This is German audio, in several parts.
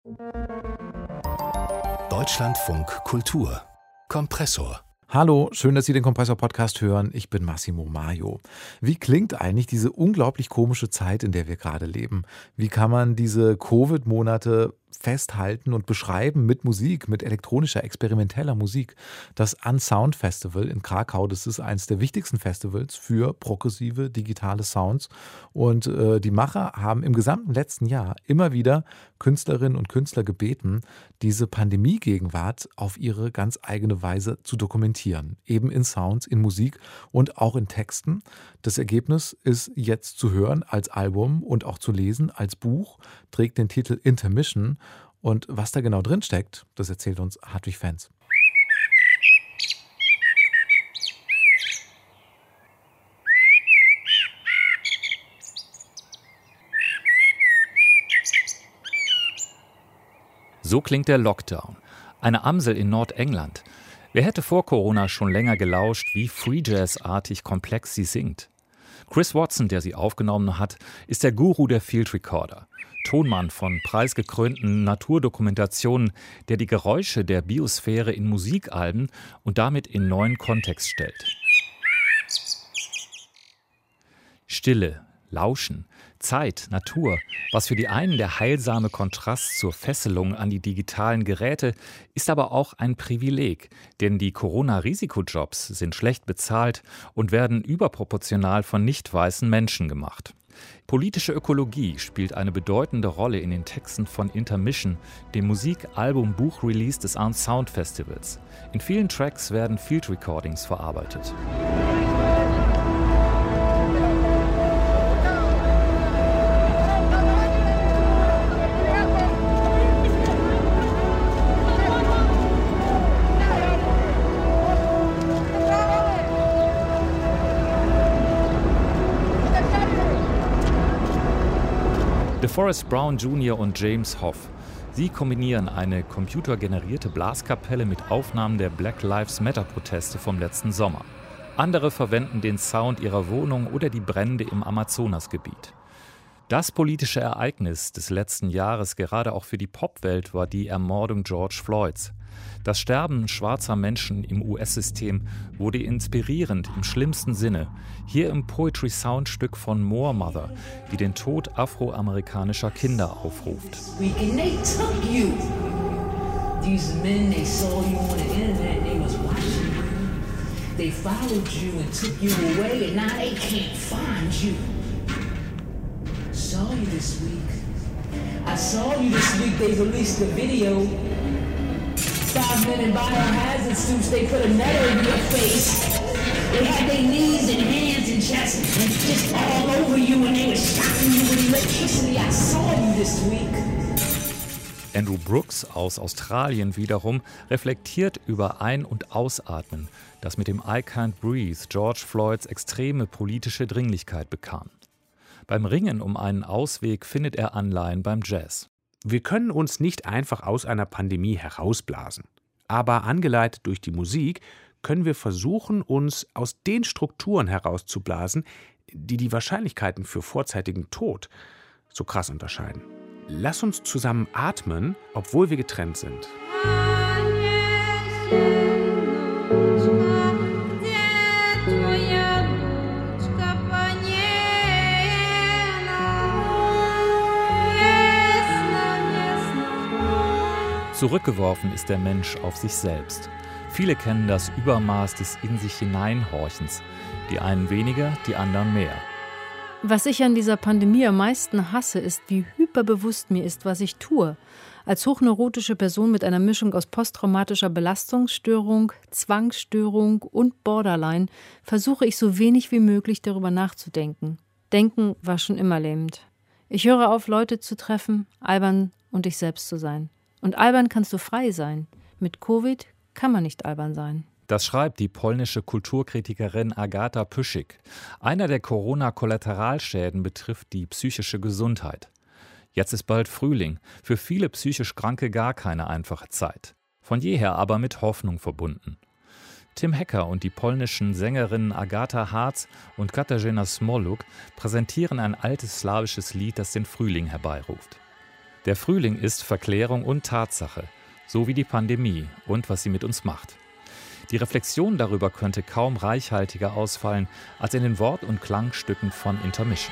Deutschlandfunk Kultur Kompressor. Hallo, schön, dass Sie den Kompressor-Podcast hören. Ich bin Massimo Maio. Wie klingt eigentlich diese unglaublich komische Zeit, in der wir gerade leben? Wie kann man diese Covid-Monate festhalten und beschreiben mit Musik, mit elektronischer, experimenteller Musik? Das Unsound Festival in Krakau, das ist eines der wichtigsten Festivals für progressive digitale Sounds. Und die Macher haben im gesamten letzten Jahr immer wieder Künstlerinnen und Künstler gebeten, diese Pandemie-Gegenwart auf ihre ganz eigene Weise zu dokumentieren. Eben in Sounds, in Musik und auch in Texten. Das Ergebnis ist jetzt zu hören als Album und auch zu lesen als Buch, trägt den Titel Intermission. Und was da genau drin steckt, das erzählt uns Hartwig Fenz. So klingt der Lockdown. Eine Amsel in Nordengland. Wer hätte vor Corona schon länger gelauscht, wie Free Jazz-artig komplex sie singt? Chris Watson, der sie aufgenommen hat, ist der Guru der Field Recorder. Tonmann von preisgekrönten Naturdokumentationen, der die Geräusche der Biosphäre in Musikalben und damit in neuen Kontext stellt. Stille, Lauschen, Zeit, Natur, was für die einen der heilsame Kontrast zur Fesselung an die digitalen Geräte, ist aber auch ein Privileg, denn die Corona-Risikojobs sind schlecht bezahlt und werden überproportional von nicht weißen Menschen gemacht. Politische Ökologie spielt eine bedeutende Rolle in den Texten von Intermission, dem Musik-Album-Buch-Release des Unsound Festivals. In vielen Tracks werden Field Recordings verarbeitet. DeForest Brown Jr. und James Hoff. Sie kombinieren eine computergenerierte Blaskapelle mit Aufnahmen der Black Lives Matter-Proteste vom letzten Sommer. Andere verwenden den Sound ihrer Wohnung oder die Brände im Amazonasgebiet. Das politische Ereignis des letzten Jahres, gerade auch für die Popwelt, war die Ermordung George Floyds. Das Sterben schwarzer Menschen im US-System wurde inspirierend im schlimmsten Sinne. Hier im Poetry-Soundstück von More Mother, die den Tod afroamerikanischer Kinder aufruft. I saw you this week, they released a video. 5 men in biohazard suits, they put a net over your face. They had their knees and hands and chest and just all over you and they were shocking you with electricity. I saw you this week. Andrew Brooks aus Australien wiederum reflektiert über Ein- und Ausatmen, das mit dem I Can't Breathe George Floyds extreme politische Dringlichkeit bekam. Beim Ringen um einen Ausweg findet er Anleihen beim Jazz. Wir können uns nicht einfach aus einer Pandemie herausblasen. Aber angeleitet durch die Musik können wir versuchen, uns aus den Strukturen herauszublasen, die die Wahrscheinlichkeiten für vorzeitigen Tod so krass unterscheiden. Lass uns zusammen atmen, obwohl wir getrennt sind. Zurückgeworfen ist der Mensch auf sich selbst. Viele kennen das Übermaß des in sich hineinhorchens. Die einen weniger, die anderen mehr. Was ich an dieser Pandemie am meisten hasse, ist, wie hyperbewusst mir ist, was ich tue. Als hochneurotische Person mit einer Mischung aus posttraumatischer Belastungsstörung, Zwangsstörung und Borderline versuche ich so wenig wie möglich darüber nachzudenken. Denken war schon immer lähmend. Ich höre auf, Leute zu treffen, albern und ich selbst zu sein. Und albern kannst du frei sein. Mit Covid kann man nicht albern sein. Das schreibt die polnische Kulturkritikerin Agata Pyszik. Einer der Corona-Kollateralschäden betrifft die psychische Gesundheit. Jetzt ist bald Frühling, für viele psychisch Kranke gar keine einfache Zeit. Von jeher aber mit Hoffnung verbunden. Tim Hecker und die polnischen Sängerinnen Agata Harz und Katarzyna Smoluk präsentieren ein altes slawisches Lied, das den Frühling herbeiruft. Der Frühling ist Verklärung und Tatsache, so wie die Pandemie und was sie mit uns macht. Die Reflexion darüber könnte kaum reichhaltiger ausfallen als in den Wort- und Klangstücken von Intermission.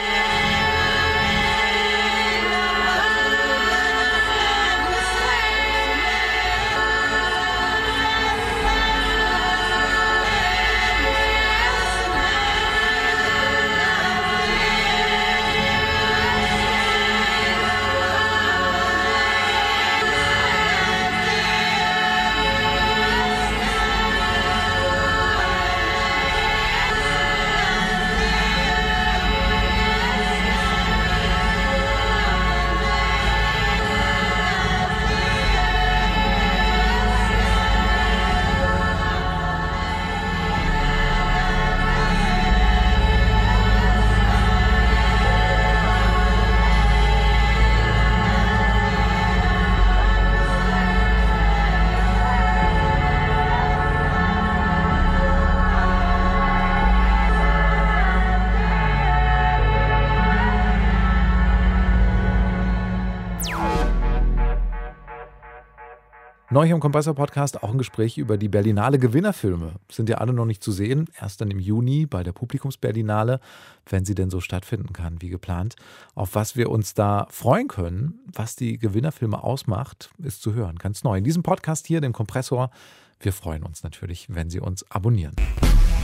Neu hier im Kompressor-Podcast auch ein Gespräch über die Berlinale Gewinnerfilme. Sind ja alle noch nicht zu sehen. Erst dann im Juni bei der Publikumsberlinale, wenn sie denn so stattfinden kann, wie geplant. Auf was wir uns da freuen können, was die Gewinnerfilme ausmacht, ist zu hören. Ganz neu. In diesem Podcast hier, dem Kompressor. Wir freuen uns natürlich, wenn Sie uns abonnieren.